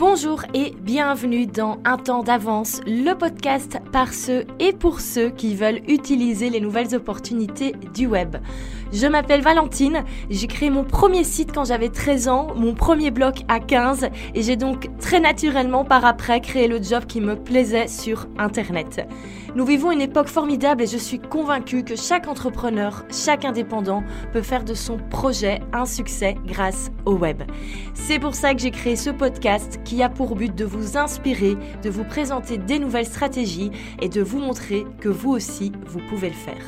Bonjour et bienvenue dans Un temps d'avance, le podcast par ceux et pour ceux qui veulent utiliser les nouvelles opportunités du web. Je m'appelle Valentine, j'ai créé mon premier site quand j'avais 13 ans, mon premier blog à 15 et j'ai donc très naturellement par après créé le job qui me plaisait sur Internet. Nous vivons une époque formidable et je suis convaincue que chaque entrepreneur, chaque indépendant peut faire de son projet un succès grâce au web. C'est pour ça que j'ai créé ce podcast qui a pour but de vous inspirer, de vous présenter des nouvelles stratégies et de vous montrer que vous aussi, vous pouvez le faire.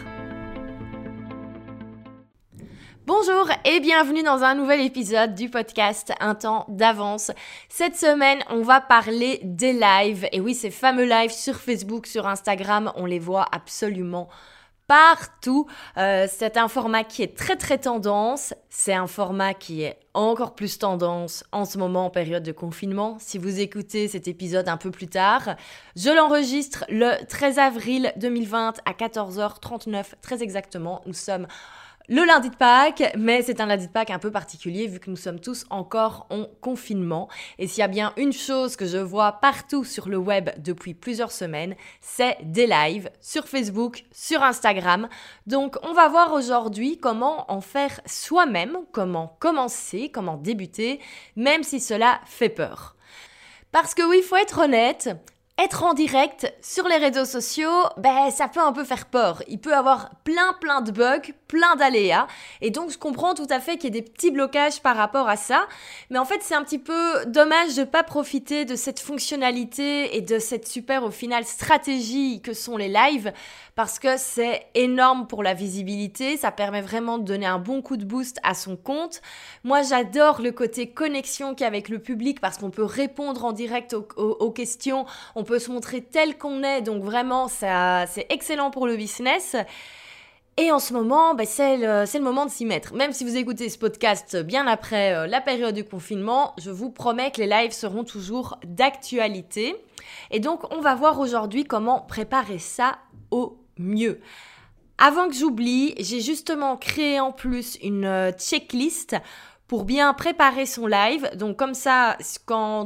Bonjour et bienvenue dans un nouvel épisode du podcast Un temps d'avance. Cette semaine, on va parler des lives. Et oui, ces fameux lives sur Facebook, sur Instagram, on les voit absolument partout. C'est un format qui est très tendance. C'est un format qui est encore plus tendance en ce moment en période de confinement. Si vous écoutez cet épisode un peu plus tard, je l'enregistre le 13 avril 2020 à 14h39, très exactement. Nous sommes le lundi de Pâques, mais c'est un lundi de Pâques un peu particulier vu que nous sommes tous encore en confinement. Et s'il y a bien une chose que je vois partout sur le web depuis plusieurs semaines, c'est des lives sur Facebook, sur Instagram. Donc on va voir aujourd'hui comment en faire soi-même, comment commencer, comment débuter, même si cela fait peur. Parce que oui, il faut être honnête, être en direct sur les réseaux sociaux, ça peut un peu faire peur. Il peut avoir plein de bugs, plein d'aléas. Et donc, je comprends tout à fait qu'il y ait des petits blocages par rapport à ça. Mais en fait, c'est un petit peu dommage de ne pas profiter de cette fonctionnalité et de cette super, au final, stratégie que sont les lives. Parce que c'est énorme pour la visibilité. Ça permet vraiment de donner un bon coup de boost à son compte. Moi, j'adore le côté connexion qu'il y a avec le public parce qu'on peut répondre en direct aux questions. On peut se montrer tel qu'on est, donc vraiment, ça, c'est excellent pour le business. Et en ce moment, c'est le moment de s'y mettre. Même si vous écoutez ce podcast bien après la période du confinement, je vous promets que les lives seront toujours d'actualité. Et donc, on va voir aujourd'hui comment préparer ça au mieux. Avant que j'oublie, j'ai justement créé en plus une checklist pour bien préparer son live. Donc comme ça, quand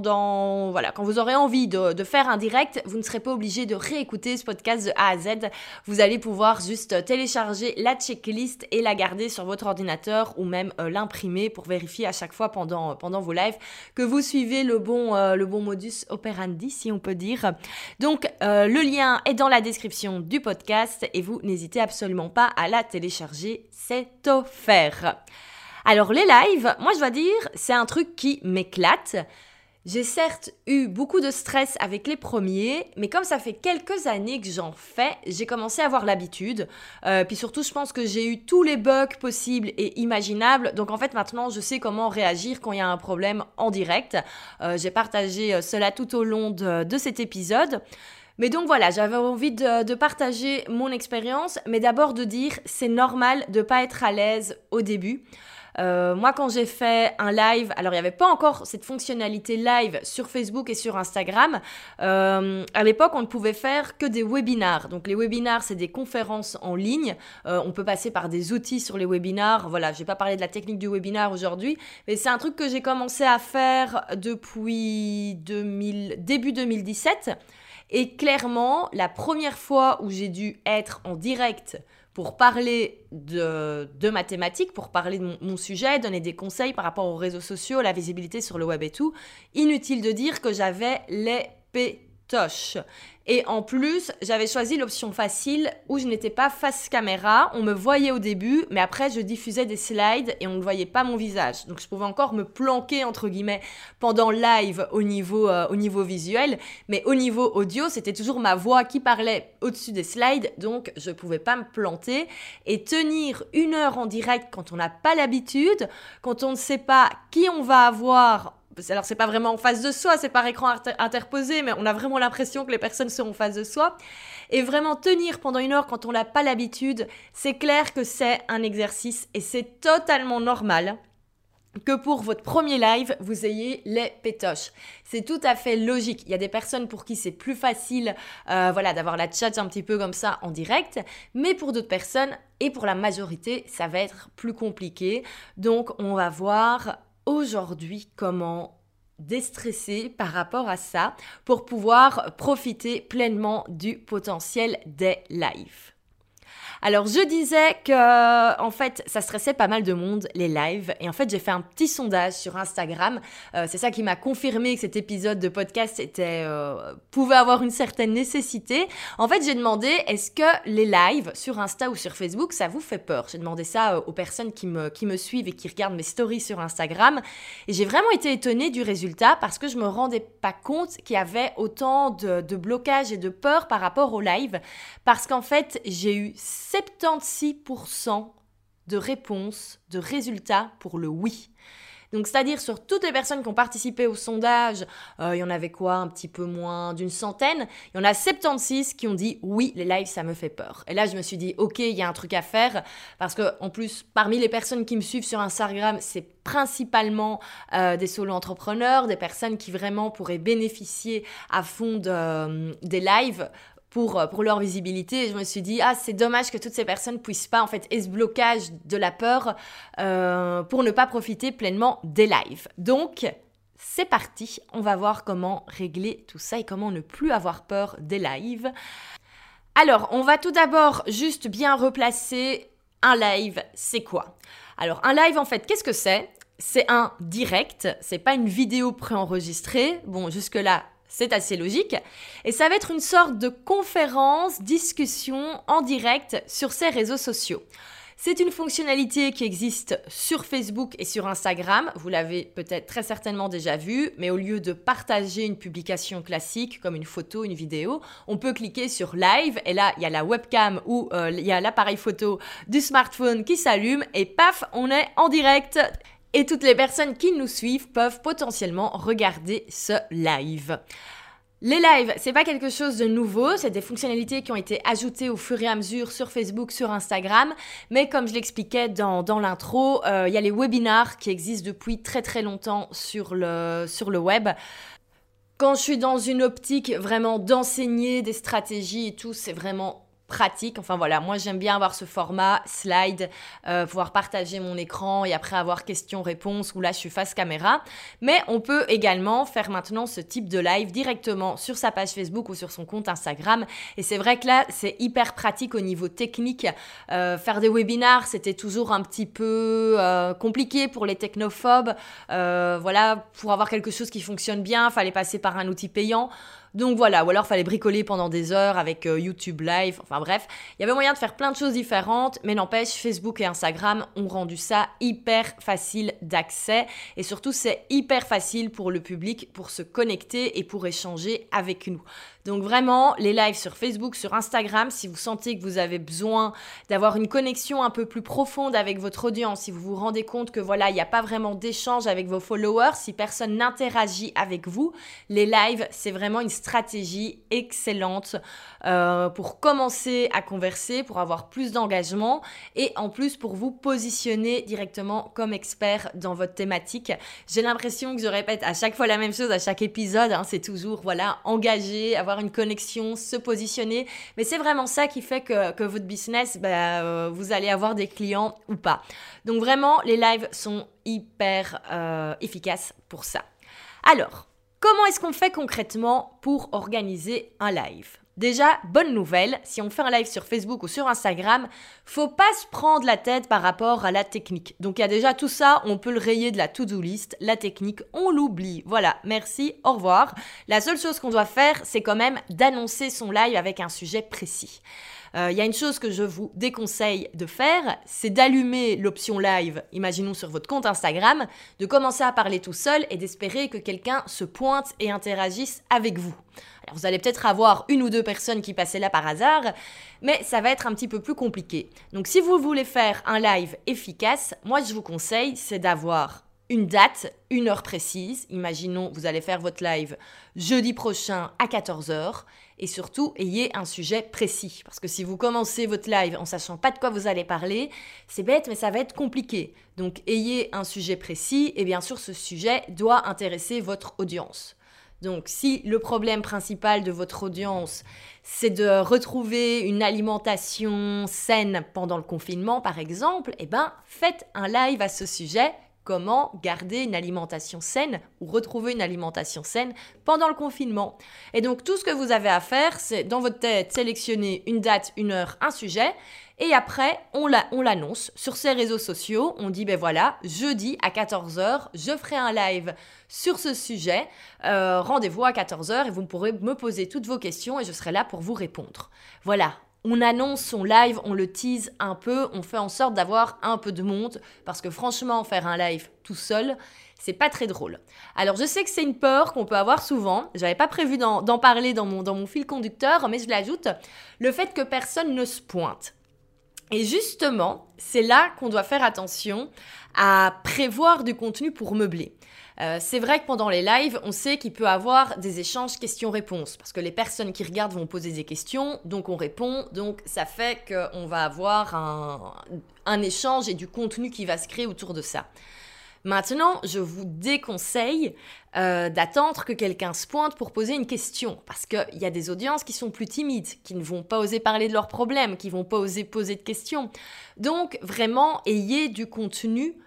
vous aurez envie de faire un direct, vous ne serez pas obligé de réécouter ce podcast de A à Z. Vous allez pouvoir juste télécharger la checklist et la garder sur votre ordinateur ou même l'imprimer pour vérifier à chaque fois pendant vos lives que vous suivez le bon modus operandi, si on peut dire. Donc le lien est dans la description du podcast et vous n'hésitez absolument pas à la télécharger, c'est offert. Alors les lives, moi je dois dire, c'est un truc qui m'éclate. J'ai certes eu beaucoup de stress avec les premiers, mais comme ça fait quelques années que j'en fais, j'ai commencé à avoir l'habitude. Puis surtout, je pense que j'ai eu tous les bugs possibles et imaginables. Donc en fait, maintenant, je sais comment réagir quand il y a un problème en direct. J'ai partagé cela tout au long de cet épisode. Mais donc voilà, j'avais envie de partager mon expérience, mais d'abord de dire c'est normal de ne pas être à l'aise au début. Moi, quand j'ai fait un live, alors il n'y avait pas encore cette fonctionnalité live sur Facebook et sur Instagram. À l'époque, on ne pouvait faire que des webinars. Donc les webinars, c'est des conférences en ligne. On peut passer par des outils sur les webinars. Voilà, je vais pas parler de la technique du webinar aujourd'hui, mais c'est un truc que j'ai commencé à faire depuis début 2017. Et clairement, la première fois où j'ai dû être en direct pour parler de ma thématique, pour parler de mon sujet, donner des conseils par rapport aux réseaux sociaux, la visibilité sur le web et tout, inutile de dire que j'avais les pétoches. Et en plus, j'avais choisi l'option facile où je n'étais pas face caméra. On me voyait au début, mais après, je diffusais des slides et on ne voyait pas mon visage. Donc, je pouvais encore me planquer, entre guillemets, pendant le live au niveau visuel. Mais au niveau audio, c'était toujours ma voix qui parlait au-dessus des slides. Donc, je ne pouvais pas me planter. Et tenir 1 heure en direct quand on n'a pas l'habitude, quand on ne sait pas qui on va avoir. Alors, c'est pas vraiment en face de soi, c'est par écran interposé, mais on a vraiment l'impression que les personnes sont en face de soi. Et vraiment tenir pendant 1 heure quand on n'a pas l'habitude, c'est clair que c'est un exercice et c'est totalement normal que pour votre premier live, vous ayez les pétoches. C'est tout à fait logique. Il y a des personnes pour qui c'est plus facile d'avoir la chat un petit peu comme ça en direct, mais pour d'autres personnes et pour la majorité, ça va être plus compliqué. Donc, on va voir aujourd'hui comment déstresser par rapport à ça pour pouvoir profiter pleinement du potentiel des lives. Alors, je disais que, en fait, ça stressait pas mal de monde, les lives. Et en fait, j'ai fait un petit sondage sur Instagram. C'est ça qui m'a confirmé que cet épisode de podcast pouvait avoir une certaine nécessité. En fait, j'ai demandé, est-ce que les lives sur Insta ou sur Facebook, ça vous fait peur? J'ai demandé ça aux personnes qui me suivent et qui regardent mes stories sur Instagram. Et j'ai vraiment été étonnée du résultat parce que je me rendais pas compte qu'il y avait autant de blocages et de peur par rapport aux lives. Parce qu'en fait, j'ai eu 76% de réponses, de résultats pour le oui. Donc, c'est-à-dire sur toutes les personnes qui ont participé au sondage, il y en avait quoi, un petit peu moins d'une centaine, il y en a 76 qui ont dit oui, les lives, ça me fait peur. Et là, je me suis dit, ok, il y a un truc à faire, parce que en plus, parmi les personnes qui me suivent sur Instagram, c'est principalement des solo-entrepreneurs, des personnes qui vraiment pourraient bénéficier à fond des lives pour leur visibilité. Et je me suis dit, c'est dommage que toutes ces personnes puissent pas, en fait, et ce blocage de la peur pour ne pas profiter pleinement des lives. Donc, c'est parti. On va voir comment régler tout ça et comment ne plus avoir peur des lives. Alors, on va tout d'abord juste bien replacer un live, c'est quoi? Alors, un live, en fait, qu'est-ce que c'est? C'est un direct, c'est pas une vidéo préenregistrée. Bon, jusque-là, c'est assez logique. Et ça va être une sorte de conférence, discussion en direct sur ces réseaux sociaux. C'est une fonctionnalité qui existe sur Facebook et sur Instagram. Vous l'avez peut-être très certainement déjà vu, mais au lieu de partager une publication classique comme une photo, une vidéo, on peut cliquer sur Live et là, il y a la webcam ou il y a l'appareil photo du smartphone qui s'allume et paf, on est en direct. Et toutes les personnes qui nous suivent peuvent potentiellement regarder ce live. Les lives, c'est pas quelque chose de nouveau, c'est des fonctionnalités qui ont été ajoutées au fur et à mesure sur Facebook, sur Instagram, mais comme je l'expliquais dans l'intro, il y a les webinars qui existent depuis très très longtemps sur le web. Quand je suis dans une optique vraiment d'enseigner des stratégies et tout, c'est vraiment pratique. Enfin voilà, moi j'aime bien avoir ce format slide, pouvoir partager mon écran et après avoir questions-réponses où là je suis face caméra. Mais on peut également faire maintenant ce type de live directement sur sa page Facebook ou sur son compte Instagram. Et c'est vrai que là, c'est hyper pratique au niveau technique. Faire des webinars, c'était toujours un petit peu compliqué pour les technophobes. Voilà, pour avoir quelque chose qui fonctionne bien, fallait passer par un outil payant. Donc voilà, ou alors fallait bricoler pendant des heures avec YouTube Live, enfin bref. Il y avait moyen de faire plein de choses différentes, mais n'empêche, Facebook et Instagram ont rendu ça hyper facile d'accès. Et surtout, c'est hyper facile pour le public pour se connecter et pour échanger avec nous. Donc vraiment, les lives sur Facebook, sur Instagram, si vous sentez que vous avez besoin d'avoir une connexion un peu plus profonde avec votre audience, si vous vous rendez compte que voilà, il n'y a pas vraiment d'échange avec vos followers, si personne n'interagit avec vous, les lives, c'est vraiment une stratégie excellente pour commencer à converser, pour avoir plus d'engagement et en plus pour vous positionner directement comme expert dans votre thématique. J'ai l'impression que je répète à chaque fois la même chose à chaque épisode, c'est toujours voilà, engager, avoir une connexion, se positionner, mais c'est vraiment ça qui fait que votre business, vous allez avoir des clients ou pas. Donc vraiment, les lives sont hyper efficaces pour ça. Alors, comment est-ce qu'on fait concrètement pour organiser un live ? Déjà, bonne nouvelle, si on fait un live sur Facebook ou sur Instagram, faut pas se prendre la tête par rapport à la technique. Donc il y a déjà tout ça, on peut le rayer de la to-do list, la technique, on l'oublie. Voilà, merci, au revoir. La seule chose qu'on doit faire, c'est quand même d'annoncer son live avec un sujet précis. Il y a une chose que je vous déconseille de faire, c'est d'allumer l'option live, imaginons sur votre compte Instagram, de commencer à parler tout seul et d'espérer que quelqu'un se pointe et interagisse avec vous. Alors vous allez peut-être avoir une ou deux personnes qui passaient là par hasard, mais ça va être un petit peu plus compliqué. Donc si vous voulez faire un live efficace, moi je vous conseille, c'est d'avoir une date, une heure précise. Imaginons, vous allez faire votre live jeudi prochain à 14h. Et surtout, ayez un sujet précis. Parce que si vous commencez votre live en sachant pas de quoi vous allez parler, c'est bête, mais ça va être compliqué. Donc, ayez un sujet précis. Et bien sûr, ce sujet doit intéresser votre audience. Donc, si le problème principal de votre audience, c'est de retrouver une alimentation saine pendant le confinement, par exemple, faites un live à ce sujet comment garder une alimentation saine ou retrouver une alimentation saine pendant le confinement. Et donc tout ce que vous avez à faire, c'est dans votre tête sélectionner une date, une heure, un sujet. Et après, on l'annonce sur ses réseaux sociaux. On dit, ben voilà, jeudi à 14h, je ferai un live sur ce sujet. Rendez-vous à 14h et vous pourrez me poser toutes vos questions et je serai là pour vous répondre. Voilà. On annonce son live, on le tease un peu, on fait en sorte d'avoir un peu de monde parce que franchement, faire un live tout seul, c'est pas très drôle. Alors, je sais que c'est une peur qu'on peut avoir souvent. J'avais pas prévu d'en parler dans mon fil conducteur, mais je l'ajoute. Le fait que personne ne se pointe. Et justement, c'est là qu'on doit faire attention à prévoir du contenu pour meubler. C'est vrai que pendant les lives, on sait qu'il peut y avoir des échanges questions-réponses parce que les personnes qui regardent vont poser des questions, donc on répond, donc ça fait qu'on va avoir un échange et du contenu qui va se créer autour de ça. Maintenant, je vous déconseille d'attendre que quelqu'un se pointe pour poser une question parce qu'il y a des audiences qui sont plus timides, qui ne vont pas oser parler de leurs problèmes, qui ne vont pas oser poser de questions. Donc, vraiment, ayez du contenu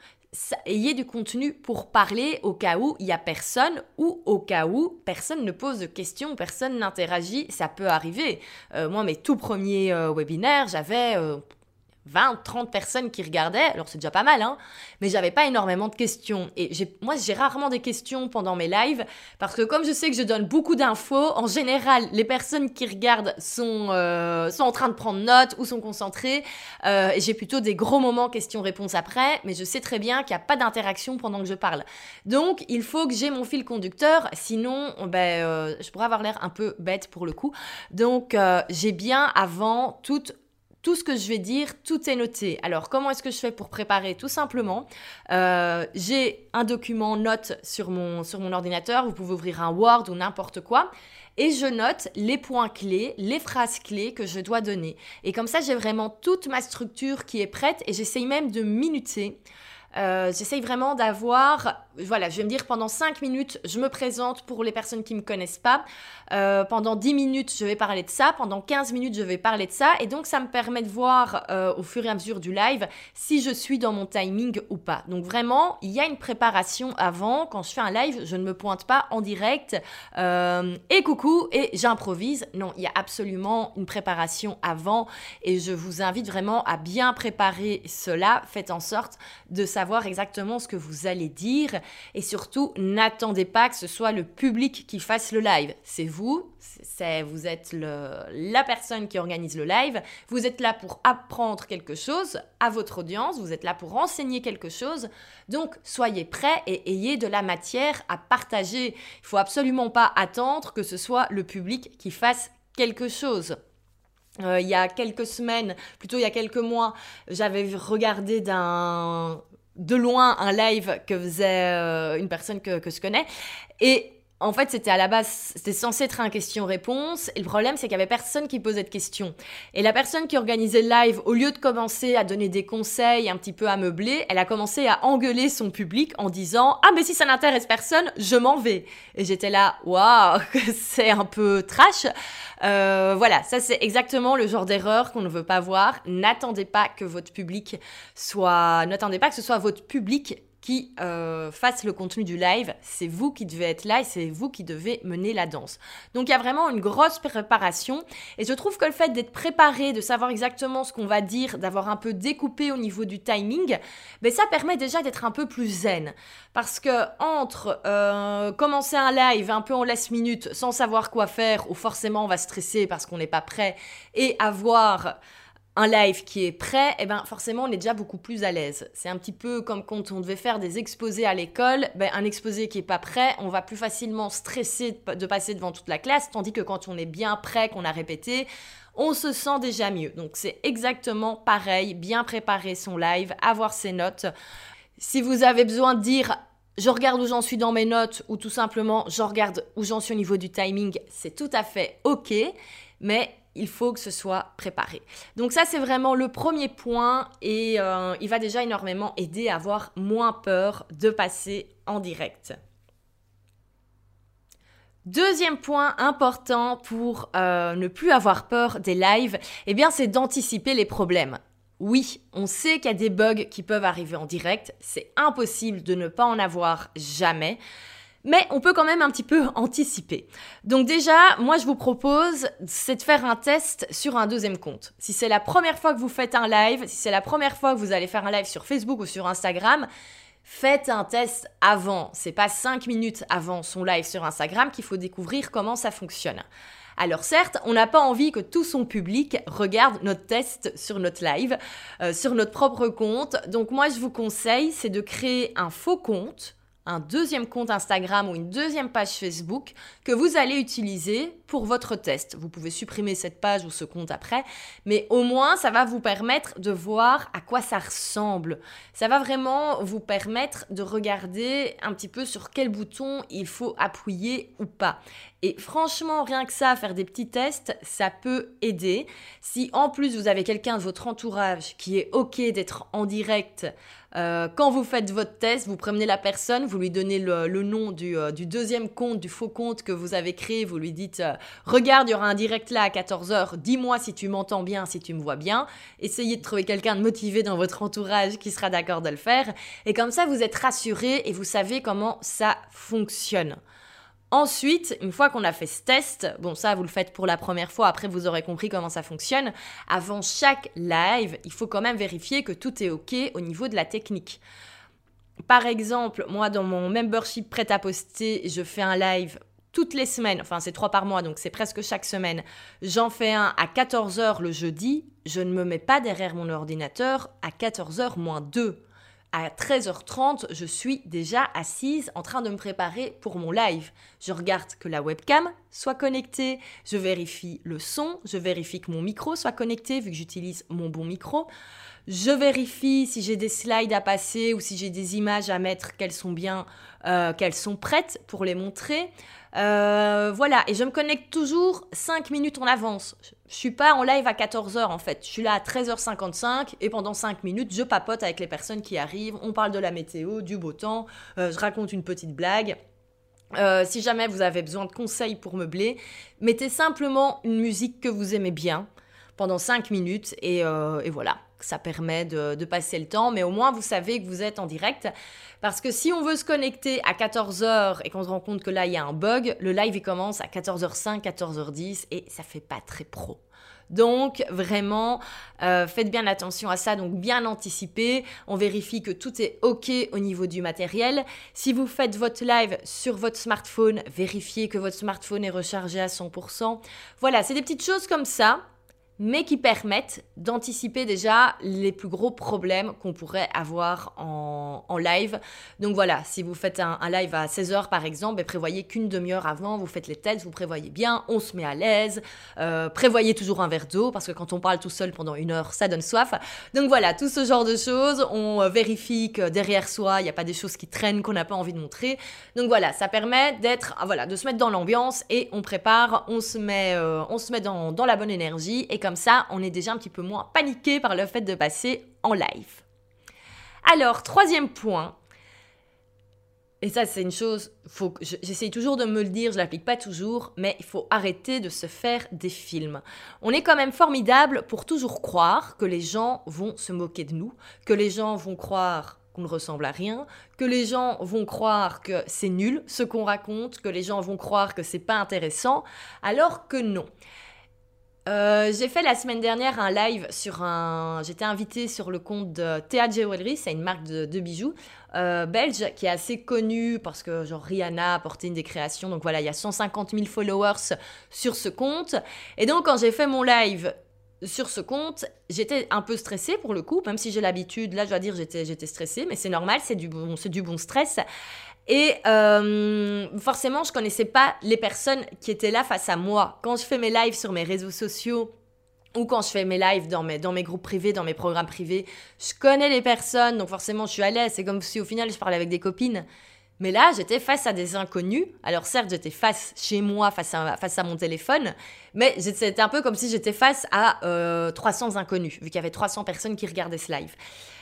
pour parler au cas où il n'y a personne ou au cas où personne ne pose de questions, personne n'interagit. Ça peut arriver. Moi, mes tout premiers webinaires, j'avais 20, 30 personnes qui regardaient, alors c'est déjà pas mal, hein, mais j'avais pas énormément de questions. Et moi, j'ai rarement des questions pendant mes lives, parce que comme je sais que je donne beaucoup d'infos, en général, les personnes qui regardent sont en train de prendre note ou sont concentrées, et j'ai plutôt des gros moments questions-réponses après, mais je sais très bien qu'il n'y a pas d'interaction pendant que je parle. Donc, il faut que j'ai mon fil conducteur, sinon, je pourrais avoir l'air un peu bête pour le coup. Donc, j'ai bien avant tout ce que je vais dire, tout est noté. Alors, comment est-ce que je fais pour préparer? Tout simplement, j'ai un document note sur mon ordinateur. Vous pouvez ouvrir un Word ou n'importe quoi. Et je note les points clés, les phrases clés que je dois donner. Et comme ça, j'ai vraiment toute ma structure qui est prête et j'essaye même de minuter. J'essaye vraiment d'avoir, voilà, je vais me dire pendant 5 minutes, je me présente pour les personnes qui ne me connaissent pas. Pendant 10 minutes, je vais parler de ça. Pendant 15 minutes, je vais parler de ça. Et donc, ça me permet de voir au fur et à mesure du live si je suis dans mon timing ou pas. Donc, vraiment, il y a une préparation avant. Quand je fais un live, je ne me pointe pas en direct et coucou et j'improvise. Non, il y a absolument une préparation avant. Et je vous invite vraiment à bien préparer cela. Faites en sorte de savoir exactement ce que vous allez dire et surtout n'attendez pas que ce soit le public qui fasse le live. C'est vous êtes la personne qui organise le live, vous êtes là pour apprendre quelque chose à votre audience, vous êtes là pour enseigner quelque chose, donc soyez prêts et ayez de la matière à partager. Il ne faut absolument pas attendre que ce soit le public qui fasse quelque chose. Il y a quelques semaines, plutôt il y a quelques mois, j'avais regardé de loin un live que faisait une personne que je connais et en fait, c'était à la base, c'était censé être un question-réponse. Et le problème, c'est qu'il y avait personne qui posait de questions. Et la personne qui organisait le live, au lieu de commencer à donner des conseils, un petit peu à meubler, elle a commencé à engueuler son public en disant « Ah, mais si ça n'intéresse personne, je m'en vais ». Et j'étais là « Waouh, c'est un peu trash ». Voilà, ça c'est exactement le genre d'erreur qu'on ne veut pas voir. N'attendez pas que ce soit votre public qui fasse le contenu du live, c'est vous qui devez être là et c'est vous qui devez mener la danse. Donc il y a vraiment une grosse préparation et je trouve que le fait d'être préparé, de savoir exactement ce qu'on va dire, d'avoir un peu découpé au niveau du timing, ça permet déjà d'être un peu plus zen. Parce que entre commencer un live un peu en last minute sans savoir quoi faire ou forcément on va stresser parce qu'on n'est pas prêt et avoir un live qui est prêt, forcément, on est déjà beaucoup plus à l'aise. C'est un petit peu comme quand on devait faire des exposés à l'école. Un exposé qui n'est pas prêt, on va plus facilement stresser de passer devant toute la classe, tandis que quand on est bien prêt, qu'on a répété, on se sent déjà mieux. Donc, c'est exactement pareil, bien préparer son live, avoir ses notes. Si vous avez besoin de dire « je regarde où j'en suis dans mes notes » ou tout simplement « je regarde où j'en suis au niveau du timing », c'est tout à fait OK, mais il faut que ce soit préparé. Donc ça, c'est vraiment le premier point et il va déjà énormément aider à avoir moins peur de passer en direct. Deuxième point important pour ne plus avoir peur des lives, c'est d'anticiper les problèmes. Oui, on sait qu'il y a des bugs qui peuvent arriver en direct, c'est impossible de ne pas en avoir jamais, mais on peut quand même un petit peu anticiper. Donc déjà, moi je vous propose, c'est de faire un test sur un deuxième compte. Si c'est la première fois que vous faites un live, si c'est la première fois que vous allez faire un live sur Facebook ou sur Instagram, faites un test avant. C'est pas 5 minutes avant son live sur Instagram qu'il faut découvrir comment ça fonctionne. Alors certes, on n'a pas envie que tout son public regarde notre test sur notre live, sur notre propre compte. Donc moi, je vous conseille, c'est de créer un faux compte, un deuxième compte Instagram ou une deuxième page Facebook que vous allez utiliser pour votre test. Vous pouvez supprimer cette page ou ce compte après, mais au moins, ça va vous permettre de voir à quoi ça ressemble. Ça va vraiment vous permettre de regarder un petit peu sur quel bouton il faut appuyer ou pas. Et franchement, rien que ça, faire des petits tests, ça peut aider. Si en plus vous avez quelqu'un de votre entourage qui est OK d'être en direct, quand vous faites votre test, vous prévenez la personne, vous lui donnez le nom du deuxième compte, du faux compte que vous avez créé, vous lui dites regarde, il y aura un direct là à 14h, dis-moi si tu m'entends bien, si tu me vois bien. Essayez de trouver quelqu'un de motivé dans votre entourage qui sera d'accord de le faire. Et comme ça, vous êtes rassuré et vous savez comment ça fonctionne. Ensuite, une fois qu'on a fait ce test, bon ça vous le faites pour la première fois, après vous aurez compris comment ça fonctionne, avant chaque live, il faut quand même vérifier que tout est OK au niveau de la technique. Par exemple, moi dans mon membership prêt à poster, je fais un live toutes les semaines, enfin c'est 3 par mois donc c'est presque chaque semaine. J'en fais un à 14h le jeudi, je ne me mets pas derrière mon ordinateur à 14h moins 2. À 13h30, je suis déjà assise en train de me préparer pour mon live. Je regarde que la webcam soit connectée, je vérifie le son, je vérifie que mon micro soit connecté vu que j'utilise mon bon micro. Je vérifie si j'ai des slides à passer ou si j'ai des images à mettre, qu'elles sont bien, qu'elles sont prêtes pour les montrer. Voilà, et je me connecte toujours 5 minutes en avance. Je suis pas en live à 14h en fait, je suis là à 13h55 et pendant 5 minutes, je papote avec les personnes qui arrivent, on parle de la météo, du beau temps, je raconte une petite blague. Si jamais vous avez besoin de conseils pour meubler, mettez simplement une musique que vous aimez bien pendant 5 minutes et voilà. Ça permet de passer le temps, mais au moins vous savez que vous êtes en direct. Parce que si on veut se connecter à 14h et qu'on se rend compte que là il y a un bug, le live il commence à 14h05, 14h10 et ça fait pas très pro. Donc vraiment, faites bien attention à ça, donc bien anticiper. On vérifie que tout est OK au niveau du matériel. Si vous faites votre live sur votre smartphone, vérifiez que votre smartphone est rechargé à 100%. Voilà, c'est des petites choses comme ça, mais qui permettent d'anticiper déjà les plus gros problèmes qu'on pourrait avoir en live. Donc voilà, si vous faites un live à 16h par exemple, prévoyez qu'une demi-heure avant, vous faites les tests, vous prévoyez bien, on se met à l'aise, prévoyez toujours un verre d'eau, parce que quand on parle tout seul pendant 1 heure, ça donne soif. Donc voilà, tout ce genre de choses, on vérifie que derrière soi, il n'y a pas des choses qui traînent qu'on n'a pas envie de montrer. Donc voilà, ça permet de se mettre dans l'ambiance et on prépare, on se met dans la bonne énergie et comme ça, on est déjà un petit peu moins paniqué par le fait de passer en live. Alors, troisième point, et ça c'est une chose, j'essaye toujours de me le dire, je ne l'applique pas toujours, mais il faut arrêter de se faire des films. On est quand même formidable pour toujours croire que les gens vont se moquer de nous, que les gens vont croire qu'on ne ressemble à rien, que les gens vont croire que c'est nul ce qu'on raconte, que les gens vont croire que c'est pas intéressant, alors que non. J'ai fait la semaine dernière un live j'étais invitée sur le compte de Théa Jewelry, c'est une marque de bijoux belge qui est assez connue parce que genre Rihanna a porté une des créations, donc voilà, il y a 150 000 followers sur ce compte. Et donc quand j'ai fait mon live sur ce compte, j'étais un peu stressée pour le coup, même si j'ai l'habitude, là je dois dire j'étais stressée, mais c'est normal, c'est du bon stress. Et forcément, je connaissais pas les personnes qui étaient là face à moi. Quand je fais mes lives sur mes réseaux sociaux ou quand je fais mes lives dans mes groupes privés, dans mes programmes privés, je connais les personnes, donc forcément, je suis à l'aise. C'est comme si au final, je parlais avec des copines. Mais là, j'étais face à des inconnus. Alors certes, j'étais chez moi, face à mon téléphone, mais c'était un peu comme si j'étais face à 300 inconnus, vu qu'il y avait 300 personnes qui regardaient ce live.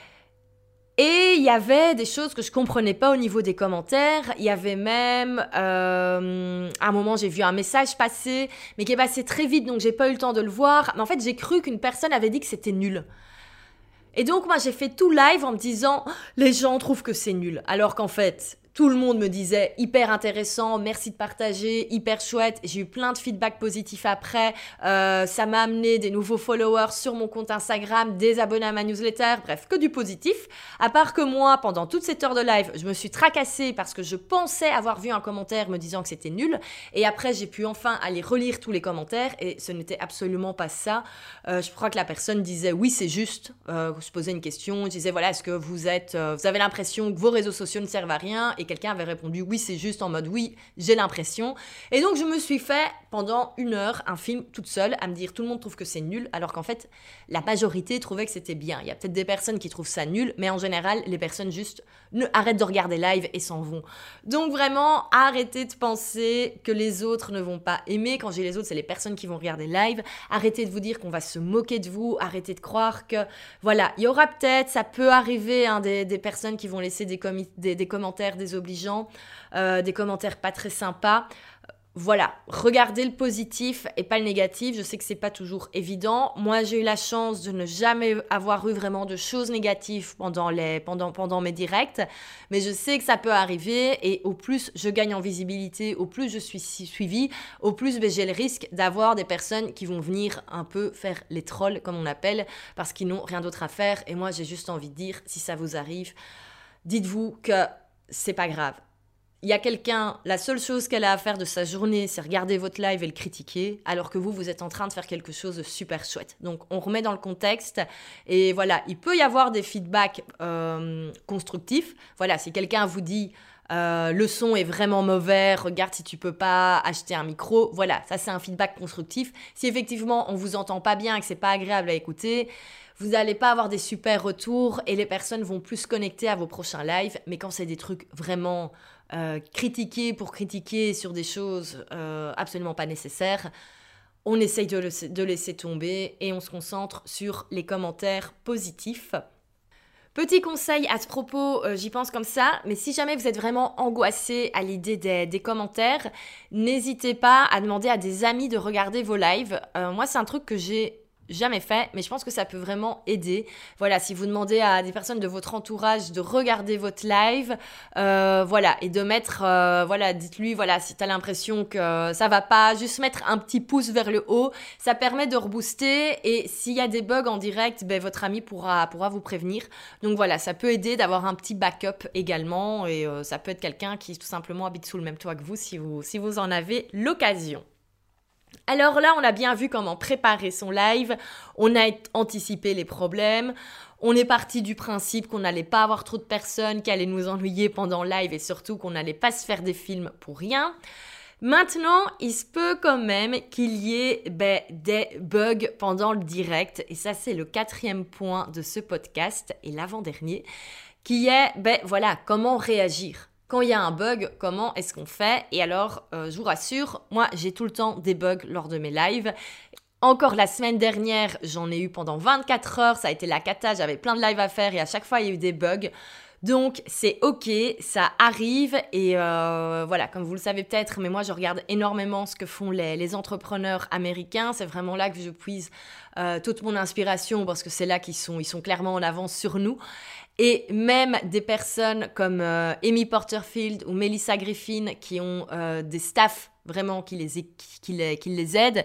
Et il y avait des choses que je comprenais pas au niveau des commentaires. Il y avait même, à un moment, j'ai vu un message passer, mais qui est passé très vite, donc j'ai pas eu le temps de le voir. Mais en fait, j'ai cru qu'une personne avait dit que c'était nul. Et donc moi j'ai fait tout live en me disant les gens trouvent que c'est nul, alors qu'en fait tout le monde me disait hyper intéressant, merci de partager, hyper chouette. J'ai eu plein de feedback positifs après. Ça m'a amené des nouveaux followers sur mon compte Instagram, des abonnés à ma newsletter, bref, que du positif. À part que moi, pendant toute cette heure de live, je me suis tracassée parce que je pensais avoir vu un commentaire me disant que c'était nul. Et après, j'ai pu enfin aller relire tous les commentaires et ce n'était absolument pas ça. Je crois que la personne disait oui, c'est juste. Je posais une question, je disais voilà, est-ce que vous avez l'impression que vos réseaux sociaux ne servent à rien? Et quelqu'un avait répondu oui, c'est juste, en mode oui, j'ai l'impression. Et donc je me suis fait pendant 1 heure un film toute seule à me dire tout le monde trouve que c'est nul, alors qu'en fait la majorité trouvait que c'était bien. Il y a peut-être des personnes qui trouvent ça nul, mais en général les personnes juste arrêtent de regarder live et s'en vont. Donc vraiment arrêtez de penser que les autres ne vont pas aimer. Quand j'ai les autres, c'est les personnes qui vont regarder live. Arrêtez de vous dire qu'on va se moquer de vous, arrêtez de croire que voilà, il y aura peut-être, ça peut arriver des personnes qui vont laisser des commentaires désobligeants, des commentaires pas très sympas. Voilà, regardez le positif et pas le négatif. Je sais que c'est pas toujours évident. Moi, j'ai eu la chance de ne jamais avoir eu vraiment de choses négatives pendant mes directs, mais je sais que ça peut arriver et au plus je gagne en visibilité, au plus je suis suivie, au plus j'ai le risque d'avoir des personnes qui vont venir un peu faire les trolls, comme on appelle, parce qu'ils n'ont rien d'autre à faire. Et moi, j'ai juste envie de dire, si ça vous arrive, dites-vous que c'est pas grave. Il y a quelqu'un, la seule chose qu'elle a à faire de sa journée, c'est regarder votre live et le critiquer, alors que vous êtes en train de faire quelque chose de super chouette. Donc, on remet dans le contexte. Et voilà, il peut y avoir des feedbacks constructifs. Voilà, si quelqu'un vous dit le son est vraiment mauvais, regarde si tu peux pas acheter un micro. Voilà, ça c'est un feedback constructif. Si effectivement on vous entend pas bien et que c'est pas agréable à écouter, vous n'allez pas avoir des super retours et les personnes vont plus se connecter à vos prochains lives. Mais quand c'est des trucs vraiment critiquer pour critiquer sur des choses absolument pas nécessaires, on essaye de laisser tomber et on se concentre sur les commentaires positifs. Petit conseil à ce propos, j'y pense comme ça, mais si jamais vous êtes vraiment angoissé à l'idée des commentaires, n'hésitez pas à demander à des amis de regarder vos lives. Moi, c'est un truc que j'ai jamais fait, mais je pense que ça peut vraiment aider. Voilà, si vous demandez à des personnes de votre entourage de regarder votre live, voilà, et de mettre, voilà, dites-lui, voilà, si t'as l'impression que ça va pas, juste mettre un petit pouce vers le haut, ça permet de rebooster, et s'il y a des bugs en direct, ben, votre ami pourra vous prévenir. Donc voilà, ça peut aider d'avoir un petit backup également, et ça peut être quelqu'un qui tout simplement habite sous le même toit que vous, si vous en avez l'occasion. Alors là, on a bien vu comment préparer son live, on a anticipé les problèmes, on est parti du principe qu'on n'allait pas avoir trop de personnes qui allaient nous ennuyer pendant le live et surtout qu'on n'allait pas se faire des films pour rien. Maintenant, il se peut quand même qu'il y ait des bugs pendant le direct et ça c'est le 4e point de ce podcast et l'avant-dernier qui est, voilà, comment réagir. Quand il y a un bug, comment est-ce qu'on fait? Et alors, je vous rassure, moi, j'ai tout le temps des bugs lors de mes lives. Encore la semaine dernière, j'en ai eu pendant 24 heures. Ça a été la cata, j'avais plein de lives à faire et à chaque fois, il y a eu des bugs. Donc, c'est ok, ça arrive. Et voilà, comme vous le savez peut-être, mais moi, je regarde énormément ce que font les entrepreneurs américains. C'est vraiment là que je puise toute mon inspiration parce que c'est là qu'ils sont clairement en avance sur nous. Et même des personnes comme Amy Porterfield ou Melissa Griffin qui ont des staffs vraiment qui les aident.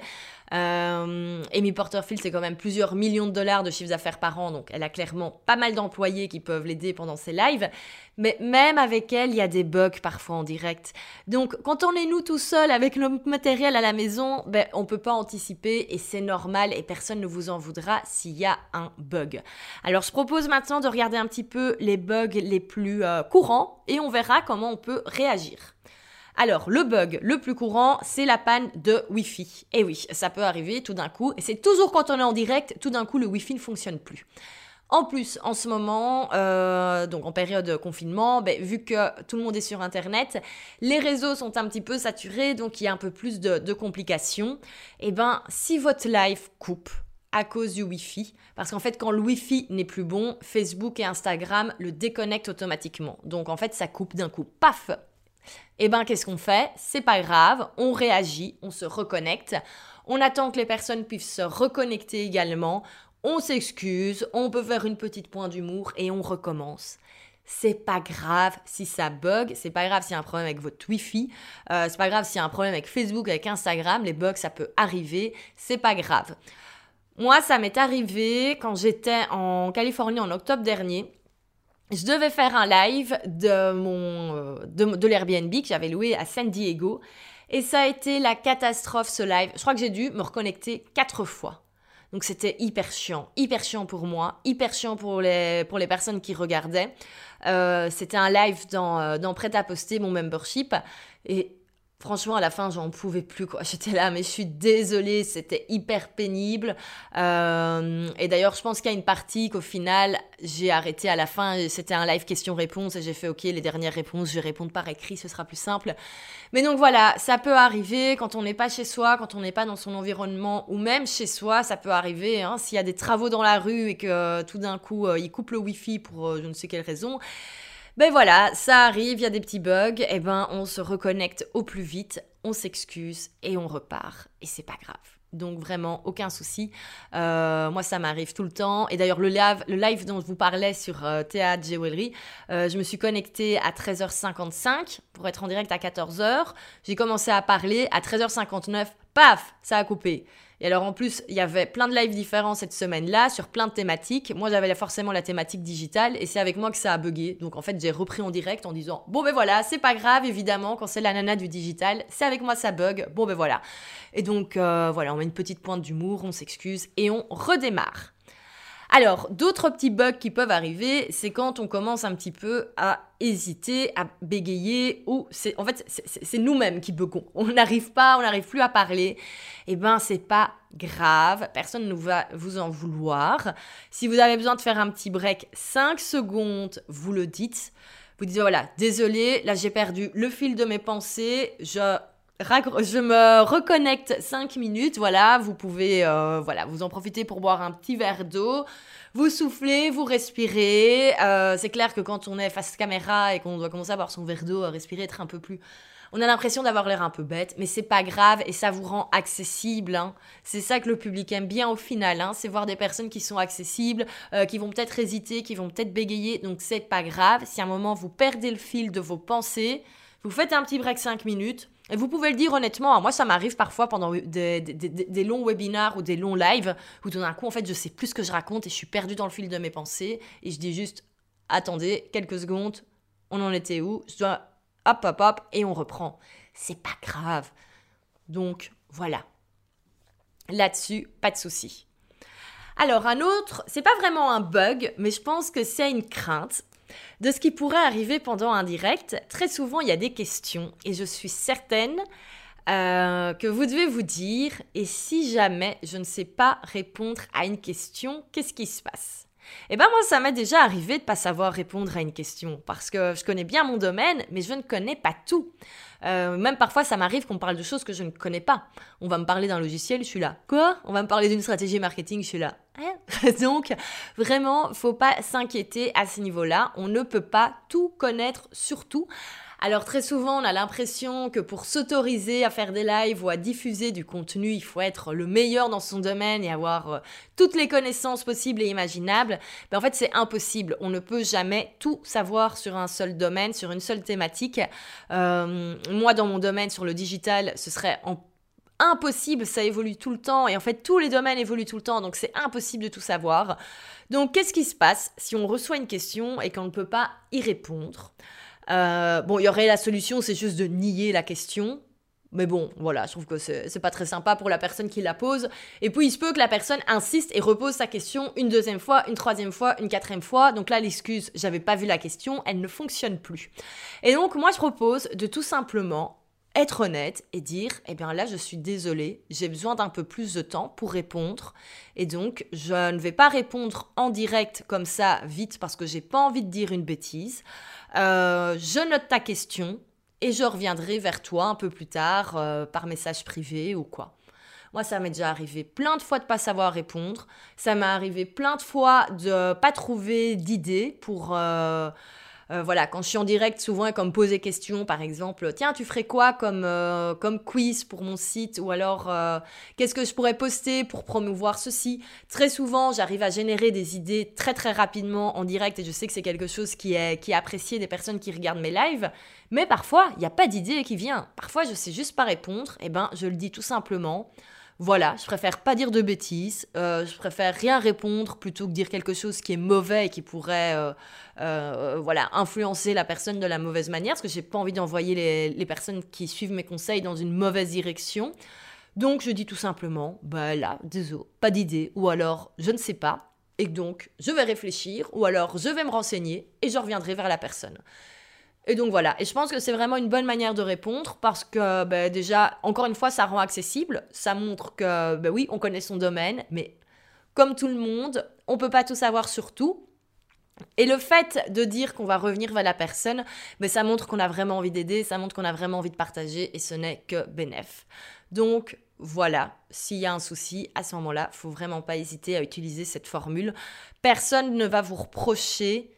Amy Porterfield, c'est quand même plusieurs millions de dollars de chiffre d'affaires par an, donc elle a clairement pas mal d'employés qui peuvent l'aider pendant ses lives. Mais même avec elle, il y a des bugs parfois en direct. Donc quand on est nous tout seuls avec le matériel à la maison, on peut pas anticiper et c'est normal et personne ne vous en voudra s'il y a un bug. Alors je propose maintenant de regarder un petit peu les bugs les plus courants et on verra comment on peut réagir. Alors, le bug le plus courant, c'est la panne de Wi-Fi. Et oui, ça peut arriver tout d'un coup. Et c'est toujours quand on est en direct, tout d'un coup, le Wi-Fi ne fonctionne plus. En plus, en ce moment, donc en période de confinement, vu que tout le monde est sur Internet, les réseaux sont un petit peu saturés, donc il y a un peu plus de complications. Et si votre live coupe à cause du Wi-Fi, parce qu'en fait, quand le Wi-Fi n'est plus bon, Facebook et Instagram le déconnectent automatiquement. Donc en fait, ça coupe d'un coup. Paf! Et qu'est-ce qu'on fait? C'est pas grave, on réagit, on se reconnecte, on attend que les personnes puissent se reconnecter également, on s'excuse, on peut faire une petite pointe d'humour et on recommence. C'est pas grave si ça bug, c'est pas grave s'il y a un problème avec votre Wi-Fi, c'est pas grave s'il y a un problème avec Facebook, avec Instagram, les bugs ça peut arriver, c'est pas grave. Moi ça m'est arrivé quand j'étais en Californie en octobre dernier. Je devais faire un live de l'Airbnb que j'avais loué à San Diego et ça a été la catastrophe ce live. Je crois que j'ai dû me reconnecter 4 fois. Donc c'était hyper chiant pour moi, hyper chiant pour les personnes qui regardaient. C'était un live dans Prêt-à-Poster, mon membership. Et franchement, à la fin, j'en pouvais plus, quoi. J'étais là, mais je suis désolée, c'était hyper pénible. Et d'ailleurs, je pense qu'il y a une partie qu'au final, j'ai arrêté à la fin. C'était un live questions-réponses et j'ai fait, OK, les dernières réponses, je vais répondre par écrit, ce sera plus simple. Mais donc voilà, ça peut arriver quand on n'est pas chez soi, quand on n'est pas dans son environnement, ou même chez soi, ça peut arriver. Hein, s'il y a des travaux dans la rue et que tout d'un coup, ils coupent le Wi-Fi pour je ne sais quelle raison. Ben voilà, ça arrive, il y a des petits bugs, et ben on se reconnecte au plus vite, on s'excuse et on repart. Et c'est pas grave. Donc vraiment, aucun souci. Moi, ça m'arrive tout le temps. Et d'ailleurs, le live dont je vous parlais sur Théâtre Jewelry, je me suis connectée à 13h55 pour être en direct à 14h. J'ai commencé à parler à 13h59. Paf, ça a coupé. Et alors en plus, il y avait plein de lives différents cette semaine-là sur plein de thématiques. Moi, j'avais forcément la thématique digitale et c'est avec moi que ça a bugué. Donc en fait, j'ai repris en direct en disant « Bon ben voilà, c'est pas grave évidemment, quand c'est la nana du digital, c'est avec moi ça bug. Bon ben voilà. » Et donc voilà, on met une petite pointe d'humour, on s'excuse et on redémarre. Alors, d'autres petits bugs qui peuvent arriver, c'est quand on commence un petit peu à hésiter, à bégayer, ou c'est nous-mêmes qui bugons. On n'arrive plus à parler. Eh ben, c'est pas grave, personne ne va vous en vouloir. Si vous avez besoin de faire un petit break, 5 secondes, vous le dites. Vous dites, voilà, désolé, là j'ai perdu le fil de mes pensées, je me reconnecte 5 minutes, voilà, vous pouvez vous en profiter pour boire un petit verre d'eau, vous soufflez, vous respirez, c'est clair que quand on est face caméra et qu'on doit commencer à boire son verre d'eau, respirer, être un peu plus... On a l'impression d'avoir l'air un peu bête, mais c'est pas grave et ça vous rend accessible. Hein. C'est ça que le public aime bien au final, hein, c'est voir des personnes qui sont accessibles, qui vont peut-être hésiter, qui vont peut-être bégayer, donc c'est pas grave. Si à un moment vous perdez le fil de vos pensées, vous faites un petit break 5 minutes, et vous pouvez le dire honnêtement, moi ça m'arrive parfois pendant des longs webinars ou des longs lives, où tout d'un coup en fait je sais plus ce que je raconte et je suis perdue dans le fil de mes pensées, et je dis juste, attendez, quelques secondes, on en était où ? Je dois... Hop, et on reprend. C'est pas grave. Donc, voilà. Là-dessus, pas de souci. Alors, un autre, c'est pas vraiment un bug, mais je pense que c'est une crainte de ce qui pourrait arriver pendant un direct. Très souvent, il y a des questions et je suis certaine que vous devez vous dire, et si jamais je ne sais pas répondre à une question, qu'est-ce qui se passe ? Eh ben moi, ça m'est déjà arrivé de pas savoir répondre à une question parce que je connais bien mon domaine, mais je ne connais pas tout. Même parfois, ça m'arrive qu'on me parle de choses que je ne connais pas. On va me parler d'un logiciel, je suis là. Quoi ? On va me parler d'une stratégie marketing, je suis là. Donc, vraiment, faut pas s'inquiéter à ce niveau-là. On ne peut pas tout connaître sur tout. Alors très souvent, on a l'impression que pour s'autoriser à faire des lives ou à diffuser du contenu, il faut être le meilleur dans son domaine et avoir toutes les connaissances possibles et imaginables. Mais en fait, c'est impossible. On ne peut jamais tout savoir sur un seul domaine, sur une seule thématique. Moi, dans mon domaine, sur le digital, ce serait impossible, ça évolue tout le temps et en fait tous les domaines évoluent tout le temps, donc c'est impossible de tout savoir. Donc qu'est-ce qui se passe si on reçoit une question et qu'on ne peut pas y répondre ? Il y aurait la solution, c'est juste de nier la question. Mais bon, voilà, je trouve que c'est pas très sympa pour la personne qui la pose. Et puis, il se peut que la personne insiste et repose sa question une deuxième fois, une troisième fois, une quatrième fois. Donc là, l'excuse, j'avais pas vu la question, elle ne fonctionne plus. Et donc, moi, je propose de tout simplement être honnête et dire, eh bien là, je suis désolée, j'ai besoin d'un peu plus de temps pour répondre. Et donc, je ne vais pas répondre en direct comme ça, vite, parce que j'ai pas envie de dire une bêtise. Je note ta question et je reviendrai vers toi un peu plus tard par message privé ou quoi. Moi, ça m'est déjà arrivé plein de fois de pas savoir répondre. Ça m'est arrivé plein de fois de pas trouver d'idées pour Voilà, quand je suis en direct, souvent, elle me pose des questions, par exemple, tiens, tu ferais quoi comme quiz pour mon site? Ou alors, qu'est-ce que je pourrais poster pour promouvoir ceci? Très souvent, j'arrive à générer des idées très très rapidement en direct et je sais que c'est quelque chose qui est apprécié des personnes qui regardent mes lives. Mais parfois, il n'y a pas d'idée qui vient. Parfois, je sais juste pas répondre. Et ben, je le dis tout simplement. Voilà, je préfère pas dire de bêtises, je préfère rien répondre plutôt que dire quelque chose qui est mauvais et qui pourrait voilà, influencer la personne de la mauvaise manière, parce que j'ai pas envie d'envoyer les personnes qui suivent mes conseils dans une mauvaise direction. Donc je dis tout simplement, bah là, désolé, pas d'idée, ou alors je ne sais pas, et donc je vais réfléchir, ou alors je vais me renseigner et je reviendrai vers la personne. Et donc voilà, et je pense que c'est vraiment une bonne manière de répondre parce que déjà, encore une fois, ça rend accessible, ça montre que oui, on connaît son domaine, mais comme tout le monde, on peut pas tout savoir sur tout. Et le fait de dire qu'on va revenir vers la personne, ça montre qu'on a vraiment envie d'aider, ça montre qu'on a vraiment envie de partager et ce n'est que bénef. Donc voilà, s'il y a un souci, à ce moment-là, il ne faut vraiment pas hésiter à utiliser cette formule. Personne ne va vous reprocher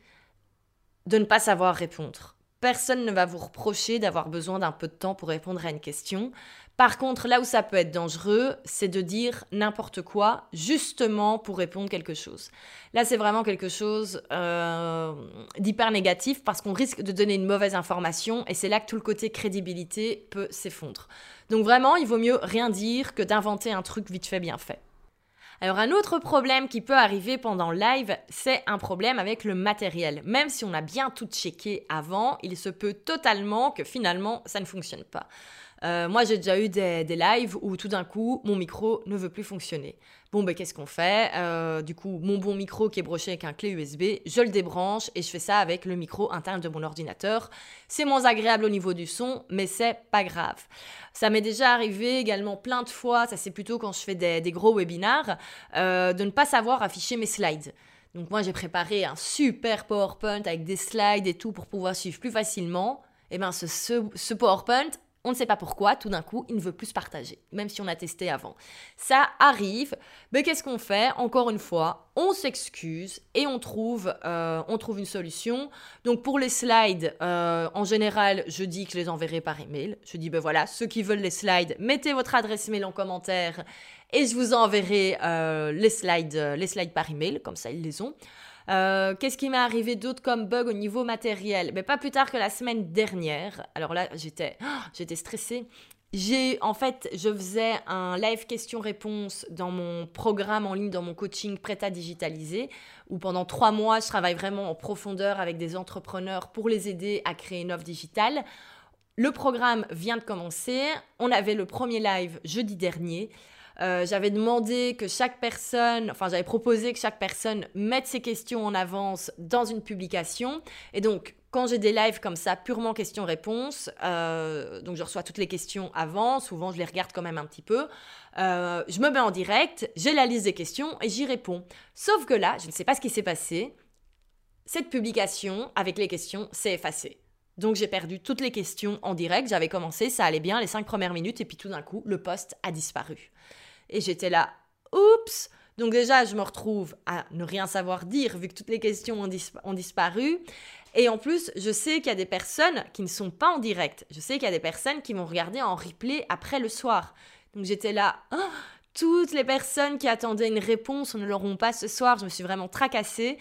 de ne pas savoir répondre. Personne ne va vous reprocher d'avoir besoin d'un peu de temps pour répondre à une question. Par contre, là où ça peut être dangereux, c'est de dire n'importe quoi justement pour répondre quelque chose. Là, c'est vraiment quelque chose d'hyper négatif parce qu'on risque de donner une mauvaise information et c'est là que tout le côté crédibilité peut s'effondrer. Donc vraiment, il vaut mieux rien dire que d'inventer un truc vite fait, bien fait. Alors un autre problème qui peut arriver pendant le live, c'est un problème avec le matériel. Même si on a bien tout checké avant, il se peut totalement que finalement ça ne fonctionne pas. Moi j'ai déjà eu des lives où tout d'un coup mon micro ne veut plus fonctionner. Bon qu'est-ce qu'on fait? Du coup mon bon micro qui est broché avec un clé USB, je le débranche et je fais ça avec le micro interne de mon ordinateur. C'est moins agréable au niveau du son, mais c'est pas grave. Ça m'est déjà arrivé également plein de fois, ça c'est plutôt quand je fais des gros webinars, de ne pas savoir afficher mes slides. Donc moi j'ai préparé un super PowerPoint avec des slides et tout pour pouvoir suivre plus facilement. Et ce PowerPoint, on ne sait pas pourquoi, tout d'un coup, il ne veut plus se partager, même si on a testé avant. Ça arrive, mais qu'est-ce qu'on fait? Encore une fois, on s'excuse et on trouve une solution. Donc pour les slides, en général, je dis que je les enverrai par email. Je dis, voilà, ceux qui veulent les slides, mettez votre adresse mail en commentaire et je vous enverrai les slides par email, comme ça ils les ont. Qu'est-ce qui m'est arrivé d'autre comme bug au niveau matériel? Pas plus tard que la semaine dernière. Alors là, j'étais stressée. Je faisais un live question-réponse dans mon programme en ligne, dans mon coaching prêt à digitaliser, où pendant 3 mois, je travaille vraiment en profondeur avec des entrepreneurs pour les aider à créer une offre digitale. Le programme vient de commencer. On avait le premier live jeudi dernier. J'avais proposé que chaque personne mette ses questions en avance dans une publication. Et donc, quand j'ai des lives comme ça, purement questions-réponses, donc je reçois toutes les questions avant, souvent je les regarde quand même un petit peu, je me mets en direct, j'ai la liste des questions et j'y réponds. Sauf que là, je ne sais pas ce qui s'est passé, cette publication avec les questions s'est effacée. Donc j'ai perdu toutes les questions en direct, j'avais commencé, ça allait bien les 5 premières minutes et puis tout d'un coup, le post a disparu. Et j'étais là, oups! Donc déjà, je me retrouve à ne rien savoir dire vu que toutes les questions ont disparu. Et en plus, je sais qu'il y a des personnes qui ne sont pas en direct. Je sais qu'il y a des personnes qui vont regarder en replay après le soir. Donc j'étais là, toutes les personnes qui attendaient une réponse ne l'auront pas ce soir. Je me suis vraiment tracassée.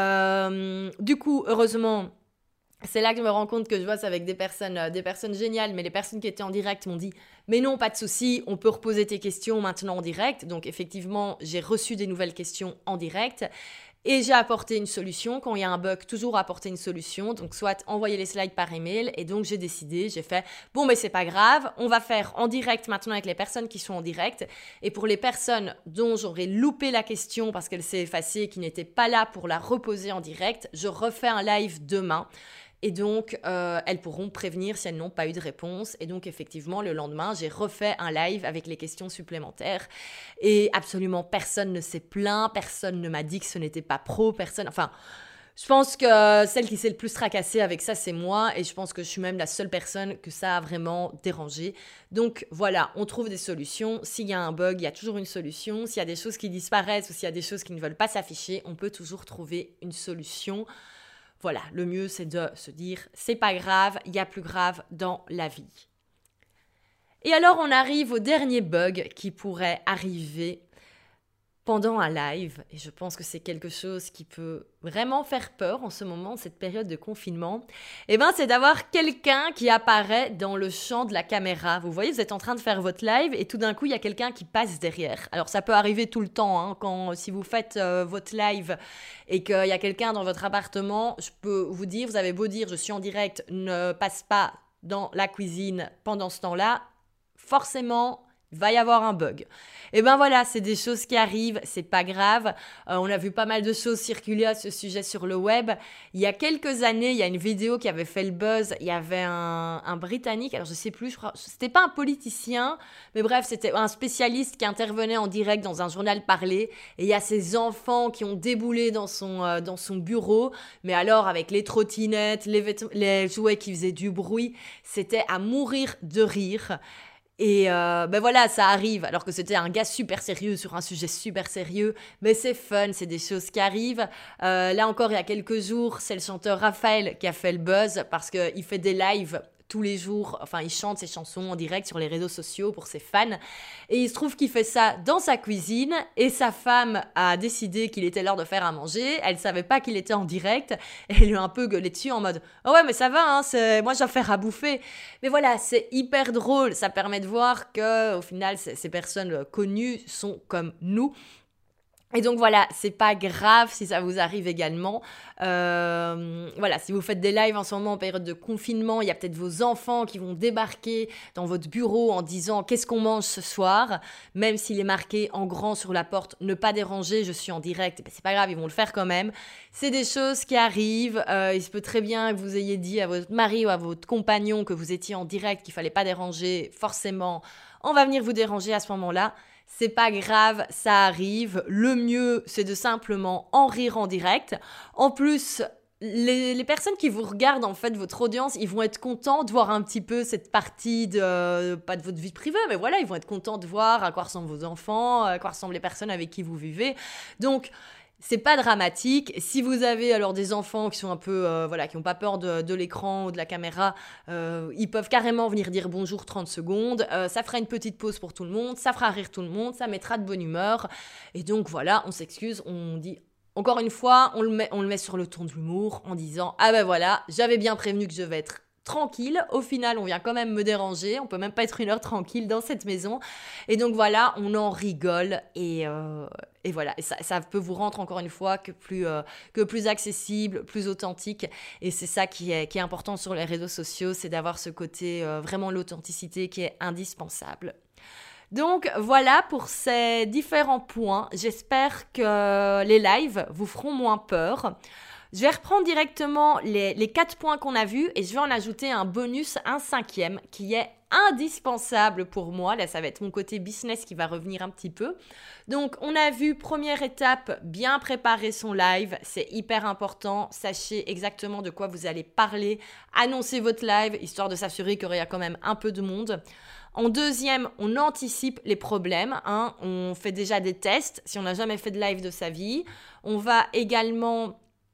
Du coup, heureusement, c'est là que je me rends compte que je bosse avec des personnes géniales, mais les personnes qui étaient en direct m'ont dit « Mais non, pas de souci, on peut reposer tes questions maintenant en direct. » Donc effectivement, j'ai reçu des nouvelles questions en direct et j'ai apporté une solution. Quand il y a un bug, toujours apporter une solution. Donc soit envoyer les slides par email et donc j'ai fait « Bon, mais c'est pas grave, on va faire en direct maintenant avec les personnes qui sont en direct. » Et pour les personnes dont j'aurais loupé la question parce qu'elle s'est effacée et qui n'étaient pas là pour la reposer en direct, je refais un live demain. Et donc, elles pourront prévenir si elles n'ont pas eu de réponse. Et donc, effectivement, le lendemain, j'ai refait un live avec les questions supplémentaires. Et absolument personne ne s'est plaint, personne ne m'a dit que ce n'était pas pro, personne... Enfin, je pense que celle qui s'est le plus tracassée avec ça, c'est moi. Et je pense que je suis même la seule personne que ça a vraiment dérangé. Donc, voilà, on trouve des solutions. S'il y a un bug, il y a toujours une solution. S'il y a des choses qui disparaissent ou s'il y a des choses qui ne veulent pas s'afficher, on peut toujours trouver une solution. voilà, le mieux c'est de se dire c'est pas grave, il y a plus grave dans la vie. Et alors on arrive au dernier bug qui pourrait arriver pendant un live, et je pense que c'est quelque chose qui peut vraiment faire peur en ce moment, cette période de confinement, c'est d'avoir quelqu'un qui apparaît dans le champ de la caméra. Vous voyez, vous êtes en train de faire votre live et tout d'un coup, il y a quelqu'un qui passe derrière. Alors ça peut arriver tout le temps, si vous faites votre live et qu'il y a quelqu'un dans votre appartement, je peux vous dire, vous avez beau dire je suis en direct, ne passe pas dans la cuisine pendant ce temps-là, forcément il va y avoir un bug. Et voilà, c'est des choses qui arrivent, c'est pas grave. On a vu pas mal de choses circuler à ce sujet sur le web. Il y a quelques années, il y a une vidéo qui avait fait le buzz. Il y avait un Britannique, alors je sais plus, je crois, c'était pas un politicien, mais bref, c'était un spécialiste qui intervenait en direct dans un journal parlé. Et il y a ces enfants qui ont déboulé dans son bureau, mais alors avec les trottinettes, les jouets qui faisaient du bruit, c'était à mourir de rire. Et voilà, ça arrive, alors que c'était un gars super sérieux sur un sujet super sérieux, mais c'est fun, c'est des choses qui arrivent. Là encore, il y a quelques jours, c'est le chanteur Raphaël qui a fait le buzz parce qu'il fait des lives tous les jours, enfin il chante ses chansons en direct sur les réseaux sociaux pour ses fans, et il se trouve qu'il fait ça dans sa cuisine, et sa femme a décidé qu'il était l'heure de faire à manger, elle savait pas qu'il était en direct, et elle lui a un peu gueulé dessus en mode « Oh ouais mais ça va, moi je dois faire à bouffer ». Mais voilà, c'est hyper drôle, ça permet de voir que au final ces personnes connues sont comme nous. Et donc voilà, c'est pas grave si ça vous arrive également. Voilà, si vous faites des lives en ce moment en période de confinement, il y a peut-être vos enfants qui vont débarquer dans votre bureau en disant « Qu'est-ce qu'on mange ce soir ?» Même s'il est marqué en grand sur la porte « Ne pas déranger, je suis en direct », c'est pas grave, ils vont le faire quand même. C'est des choses qui arrivent. Il se peut très bien que vous ayez dit à votre mari ou à votre compagnon que vous étiez en direct, qu'il fallait pas déranger. Forcément, on va venir vous déranger à ce moment-là. C'est pas grave, ça arrive. Le mieux, c'est de simplement en rire en direct. En plus, les personnes qui vous regardent, en fait, votre audience, ils vont être contents de voir un petit peu cette partie pas de votre vie privée, mais voilà, ils vont être contents de voir à quoi ressemblent vos enfants, à quoi ressemblent les personnes avec qui vous vivez. Donc, c'est pas dramatique. Si vous avez alors des enfants qui sont un peu, qui n'ont pas peur de l'écran ou de la caméra, ils peuvent carrément venir dire bonjour 30 secondes. Ça fera une petite pause pour tout le monde, ça fera rire tout le monde, ça mettra de bonne humeur. Et donc voilà, on s'excuse, on dit encore une fois, on le met sur le ton de l'humour en disant ah ben voilà, j'avais bien prévenu que je vais être tranquille, au final on vient quand même me déranger, on peut même pas être une heure tranquille dans cette maison, et donc voilà, on en rigole, et voilà, et ça peut vous rendre encore une fois que plus accessible, plus authentique, et c'est ça qui est important sur les réseaux sociaux, c'est d'avoir ce côté, vraiment l'authenticité qui est indispensable. Donc voilà pour ces différents points, j'espère que les lives vous feront moins peur. Je vais reprendre directement les 4 points qu'on a vus et je vais en ajouter un bonus, un 5e, qui est indispensable pour moi. Là, ça va être mon côté business qui va revenir un petit peu. Donc, on a vu, première étape, bien préparer son live. C'est hyper important. Sachez exactement de quoi vous allez parler. Annoncez votre live, histoire de s'assurer qu'il y a quand même un peu de monde. En deuxième, on anticipe les problèmes. On fait déjà des tests si on n'a jamais fait de live de sa vie. On va également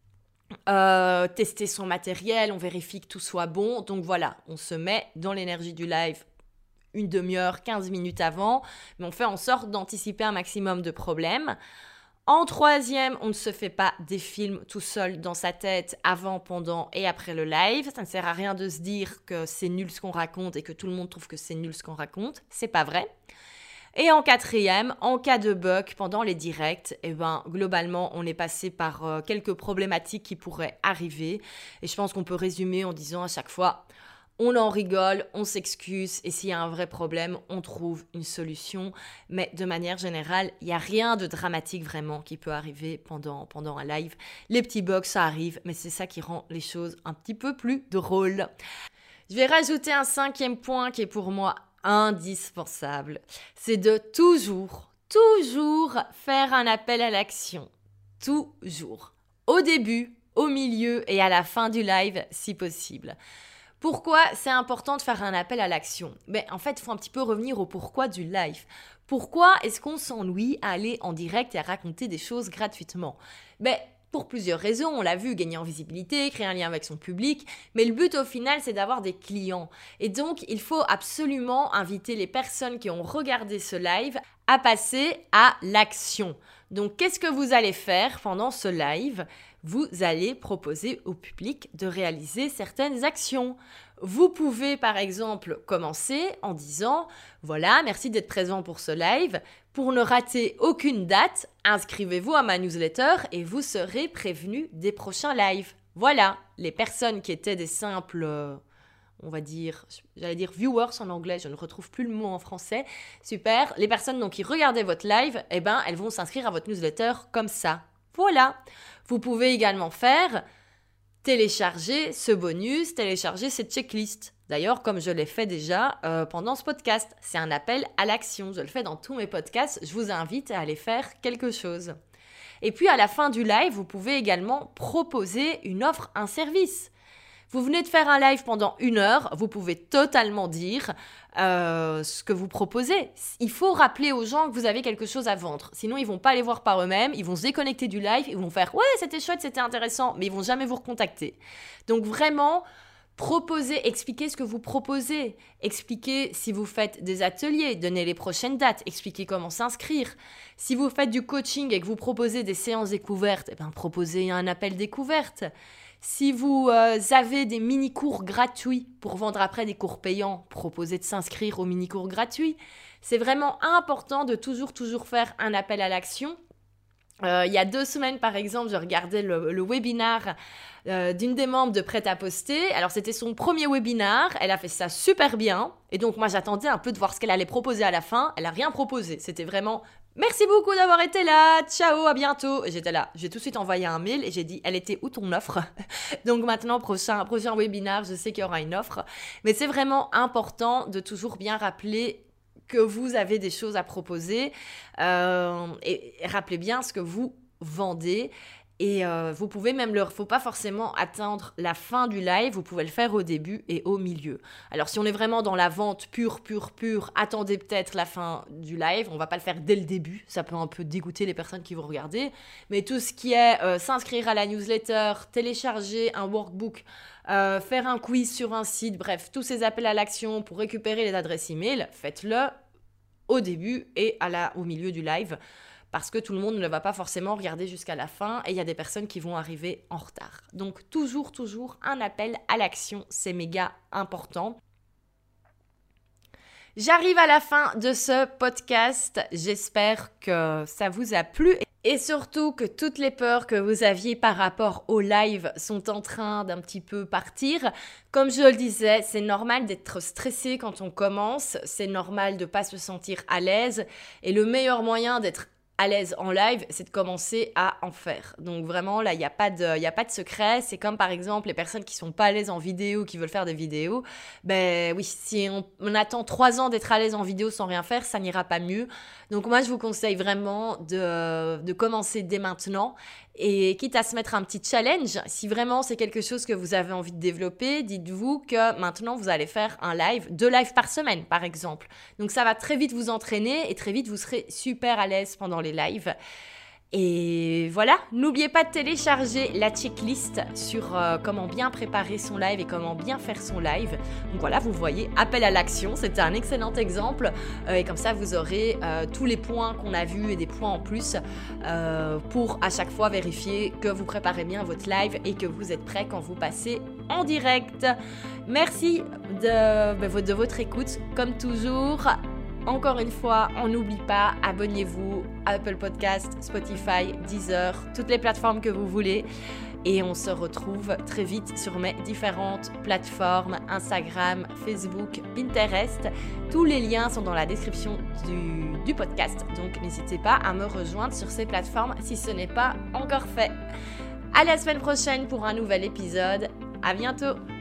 tester son matériel, on vérifie que tout soit bon. Donc voilà, on se met dans l'énergie du live une demi-heure, 15 minutes avant, mais on fait en sorte d'anticiper un maximum de problèmes. En troisième, on ne se fait pas des films tout seul dans sa tête avant, pendant et après le live. Ça ne sert à rien de se dire que c'est nul ce qu'on raconte et que tout le monde trouve que c'est nul ce qu'on raconte. C'est pas vrai. Et en quatrième, en cas de bug pendant les directs, globalement, on est passé par quelques problématiques qui pourraient arriver. Et je pense qu'on peut résumer en disant à chaque fois, on en rigole, on s'excuse, et s'il y a un vrai problème, on trouve une solution. Mais de manière générale, il n'y a rien de dramatique vraiment qui peut arriver pendant un live. Les petits bugs, ça arrive, mais c'est ça qui rend les choses un petit peu plus drôles. Je vais rajouter un 5e point qui est pour moi indispensable, c'est de toujours faire un appel à l'action. Toujours. Au début, au milieu et à la fin du live, si possible. Pourquoi c'est important de faire un appel à l'action ? En fait, il faut un petit peu revenir au pourquoi du live. Pourquoi est-ce qu'on s'ennuie à aller en direct et à raconter des choses gratuitement ? pour plusieurs raisons. On l'a vu, gagner en visibilité, créer un lien avec son public. Mais le but au final, c'est d'avoir des clients. Et donc, il faut absolument inviter les personnes qui ont regardé ce live à passer à l'action. Donc, qu'est-ce que vous allez faire pendant ce live ? Vous allez proposer au public de réaliser certaines actions. Vous pouvez par exemple commencer en disant « Voilà, merci d'être présent pour ce live. Pour ne rater aucune date, inscrivez-vous à ma newsletter et vous serez prévenu des prochains lives. » Voilà, les personnes qui étaient des simples... on va dire, j'allais dire viewers en anglais, je ne retrouve plus le mot en français. Super, les personnes donc qui regardaient votre live, eh ben, elles vont s'inscrire à votre newsletter comme ça. Voilà. Vous pouvez également faire télécharger ce bonus, télécharger cette checklist. D'ailleurs, comme je l'ai fait déjà pendant ce podcast, c'est un appel à l'action. Je le fais dans tous mes podcasts, je vous invite à aller faire quelque chose. Et puis à la fin du live, vous pouvez également proposer une offre, un service. Vous venez de faire un live pendant 1 heure, vous pouvez totalement dire ce que vous proposez. Il faut rappeler aux gens que vous avez quelque chose à vendre. Sinon, ils ne vont pas aller voir par eux-mêmes, ils vont se déconnecter du live, ils vont faire « Ouais, c'était chouette, c'était intéressant », mais ils ne vont jamais vous recontacter. Donc vraiment, proposez, expliquez ce que vous proposez. Expliquez si vous faites des ateliers, donnez les prochaines dates, expliquez comment s'inscrire. Si vous faites du coaching et que vous proposez des séances découvertes, proposez un appel découverte. Si vous avez des mini-cours gratuits pour vendre après des cours payants, proposez de s'inscrire aux mini-cours gratuits. C'est vraiment important de toujours faire un appel à l'action. Il y a 2 semaines, par exemple, je regardais le webinaire d'une des membres de Prêt-à-Poster. Alors, c'était son premier webinaire. Elle a fait ça super bien. Et donc, moi, j'attendais un peu de voir ce qu'elle allait proposer à la fin. Elle n'a rien proposé. C'était vraiment... Merci beaucoup d'avoir été là, ciao, à bientôt. Et j'étais là, j'ai tout de suite envoyé un mail et j'ai dit, elle était où ton offre ? Donc maintenant, prochain webinaire, je sais qu'il y aura une offre. Mais c'est vraiment important de toujours bien rappeler que vous avez des choses à proposer et rappelez bien ce que vous vendez. Et vous pouvez même faut pas forcément attendre la fin du live, vous pouvez le faire au début et au milieu. Alors si on est vraiment dans la vente pure, attendez peut-être la fin du live, on va pas le faire dès le début, ça peut un peu dégoûter les personnes qui vont regarder, mais tout ce qui est s'inscrire à la newsletter, télécharger un workbook, faire un quiz sur un site, bref, tous ces appels à l'action pour récupérer les adresses email, faites-le au début et au milieu du live. Parce que tout le monde ne va pas forcément regarder jusqu'à la fin et il y a des personnes qui vont arriver en retard. Donc toujours un appel à l'action, c'est méga important. J'arrive à la fin de ce podcast, j'espère que ça vous a plu et surtout que toutes les peurs que vous aviez par rapport au live sont en train d'un petit peu partir. Comme je le disais, c'est normal d'être stressé quand on commence, c'est normal de ne pas se sentir à l'aise et le meilleur moyen d'être à l'aise en live, c'est de commencer à en faire. Donc vraiment, là, il n'y a pas de secret. C'est comme par exemple les personnes qui sont pas à l'aise en vidéo, qui veulent faire des vidéos. Ben oui, si on attend 3 ans d'être à l'aise en vidéo sans rien faire, ça n'ira pas mieux. Donc moi, je vous conseille vraiment de commencer dès maintenant. Et quitte à se mettre un petit challenge, si vraiment c'est quelque chose que vous avez envie de développer, dites-vous que maintenant vous allez faire 2 lives par semaine par exemple. Donc ça va très vite vous entraîner et très vite vous serez super à l'aise pendant les lives. Et voilà, n'oubliez pas de télécharger la checklist sur comment bien préparer son live et comment bien faire son live. Donc voilà, vous voyez, appel à l'action, c'était un excellent exemple. Et comme ça, vous aurez tous les points qu'on a vus et des points en plus pour à chaque fois vérifier que vous préparez bien votre live et que vous êtes prêt quand vous passez en direct. Merci de votre écoute, comme toujours. Encore une fois, on n'oublie pas, abonnez-vous à Apple Podcast, Spotify, Deezer, toutes les plateformes que vous voulez. Et on se retrouve très vite sur mes différentes plateformes, Instagram, Facebook, Pinterest. Tous les liens sont dans la description du podcast. Donc n'hésitez pas à me rejoindre sur ces plateformes si ce n'est pas encore fait. À la semaine prochaine pour un nouvel épisode. À bientôt!